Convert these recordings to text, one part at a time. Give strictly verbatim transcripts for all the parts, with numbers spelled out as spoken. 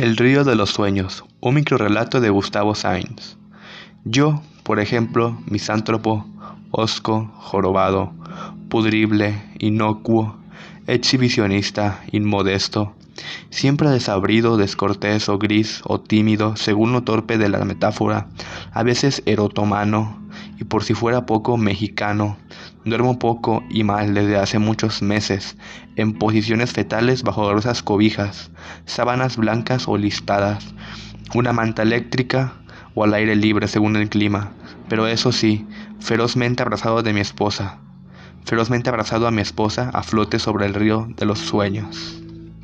El río de los sueños, un microrrelato de Gustavo Sainz. Yo, por ejemplo, misántropo, hosco, jorobado, pudrible, inocuo, exhibicionista, inmodesto, siempre desabrido, descortés o gris o tímido, según lo torpe de la metáfora, a veces erotomano, y por si fuera poco, mexicano. Duermo poco y mal desde hace muchos meses, en posiciones fetales bajo gruesas cobijas, sábanas blancas o listadas, una manta eléctrica o al aire libre según el clima, pero eso sí, ferozmente abrazado de mi esposa, ferozmente abrazado a mi esposa a flote sobre el río de los sueños.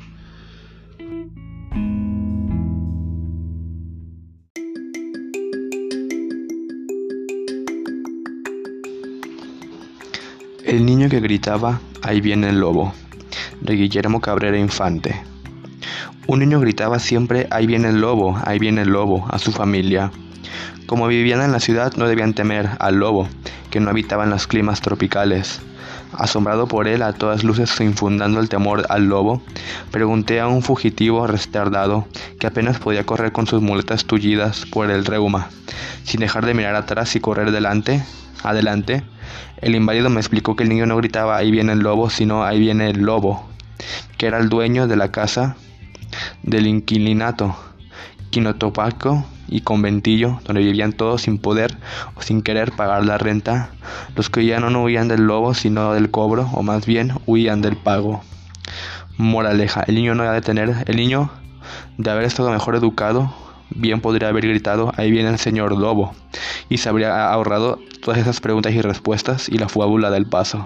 El niño que gritaba, ahí viene el lobo, de Guillermo Cabrera Infante. Un niño gritaba siempre, ahí viene el lobo, ahí viene el lobo, a su familia. Como vivían en la ciudad, no debían temer al lobo, que no habitaba en los climas tropicales. Asombrado por él, a todas luces infundando el temor al lobo, pregunté a un fugitivo retardado, que apenas podía correr con sus muletas tullidas por el reuma, sin dejar de mirar atrás y correr delante, adelante. El inválido me explicó que el niño no gritaba ahí viene el lobo, sino ahí viene el lobo, que era el dueño de la casa del inquilinato, quinotopaco y conventillo, donde vivían todos sin poder o sin querer pagar la renta. Los que huían no huían del lobo, sino del cobro, o más bien huían del pago. Moraleja, el niño no ha de tener, el niño de haber estado mejor educado, bien podría haber gritado, ahí viene el señor lobo, y se habría ahorrado todas esas preguntas y respuestas y la fábula del paso.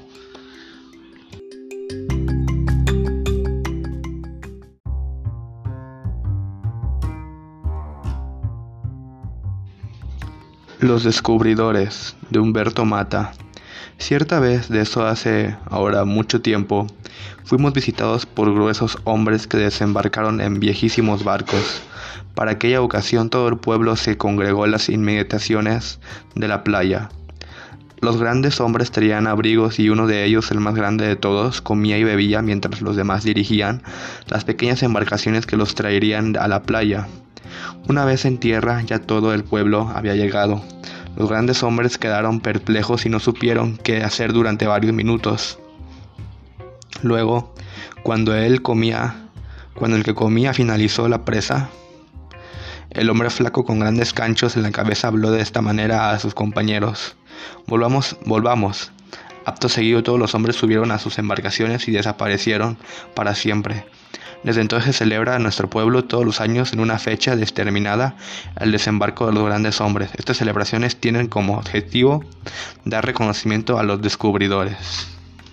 Los descubridores, de Humberto Mata. Cierta vez, de eso hace ahora mucho tiempo, fuimos visitados por gruesos hombres que desembarcaron en viejísimos barcos. Para aquella ocasión todo el pueblo se congregó en las inmediaciones de la playa. Los grandes hombres traían abrigos y uno de ellos, el más grande de todos, comía y bebía mientras los demás dirigían las pequeñas embarcaciones que los traerían a la playa. Una vez en tierra, ya todo el pueblo había llegado. Los grandes hombres quedaron perplejos y no supieron qué hacer durante varios minutos. Luego, cuando él comía, cuando el que comía finalizó la presa, el hombre flaco con grandes canchos en la cabeza habló de esta manera a sus compañeros: Volvamos, volvamos. Acto seguido todos los hombres subieron a sus embarcaciones y desaparecieron para siempre. Desde entonces se celebra en nuestro pueblo todos los años en una fecha determinada el desembarco de los grandes hombres. Estas celebraciones tienen como objetivo dar reconocimiento a los descubridores.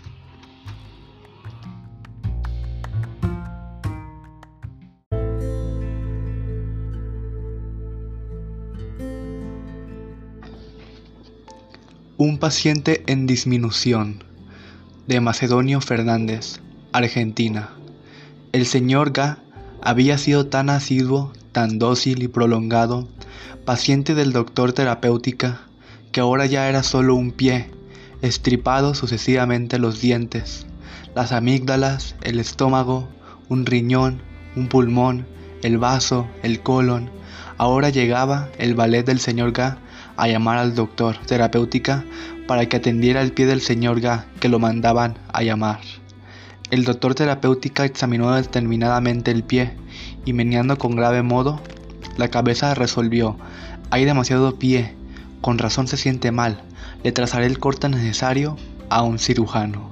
Un paciente en disminución, de Macedonio Fernández, Argentina. El señor Ga había sido tan asiduo, tan dócil y prolongado, paciente del doctor terapéutica, que ahora ya era solo un pie, estripados sucesivamente los dientes, las amígdalas, el estómago, un riñón, un pulmón, el vaso, el colon. Ahora llegaba el valet del señor Ga a llamar al doctor terapéutica para que atendiera el pie del señor Ga, que lo mandaban a llamar. El doctor terapéutica examinó determinadamente el pie y, meneando con grave modo la cabeza, resolvió: hay demasiado pie, con razón se siente mal, le trazaré el corte necesario a un cirujano.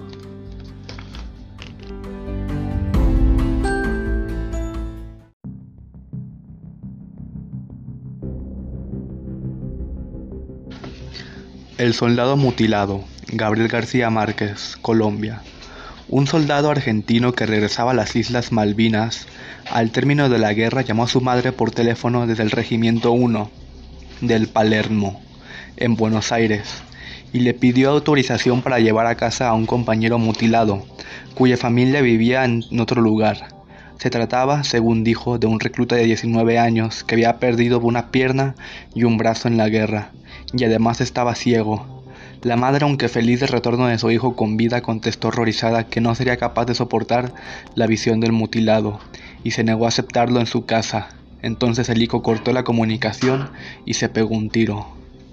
El soldado mutilado, Gabriel García Márquez, Colombia. Un soldado argentino que regresaba a las Islas Malvinas al término de la guerra llamó a su madre por teléfono desde el Regimiento uno del Palermo, en Buenos Aires, y le pidió autorización para llevar a casa a un compañero mutilado, cuya familia vivía en otro lugar. Se trataba, según dijo, de un recluta de diecinueve años que había perdido una pierna y un brazo en la guerra, y además estaba ciego. La madre, aunque feliz del retorno de su hijo con vida, contestó horrorizada que no sería capaz de soportar la visión del mutilado. y se negó a aceptarlo en su casa. Entonces el hijo cortó la comunicación y se pegó un tiro.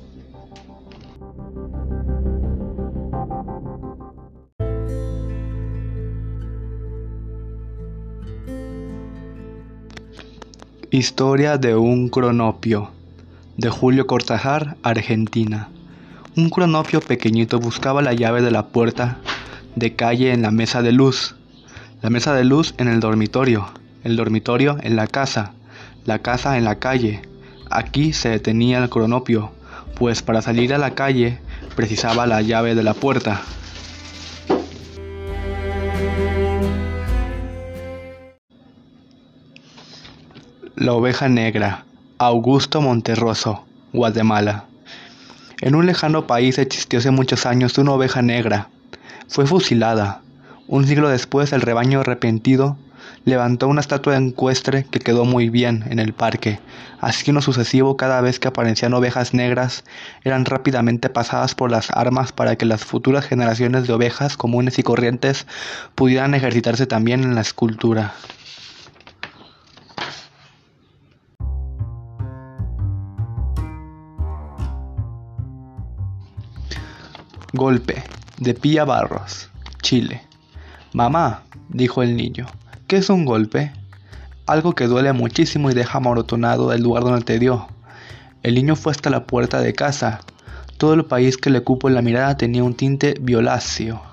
Historia de un cronopio, de Julio Cortázar, Argentina. Un cronopio pequeñito buscaba la llave de la puerta de calle en la mesa de luz, la mesa de luz en el dormitorio, el dormitorio en la casa, la casa en la calle. Aquí se detenía el cronopio, pues para salir a la calle precisaba la llave de la puerta. La oveja negra, Augusto Monterroso, Guatemala. En un lejano país existió hace muchos años una oveja negra. Fue fusilada. Un siglo después, el rebaño arrepentido levantó una estatua ecuestre que quedó muy bien en el parque. Así en lo sucesivo, cada vez que aparecían ovejas negras, eran rápidamente pasadas por las armas para que las futuras generaciones de ovejas comunes y corrientes pudieran ejercitarse también en la escultura. Golpe, de Pía Barros, Chile. Mamá, dijo el niño, ¿qué es un golpe? Algo que duele muchísimo y deja amoratonado el lugar donde te dio. El niño fue hasta la puerta de casa. Todo el país que le cupo en la mirada tenía un tinte violáceo.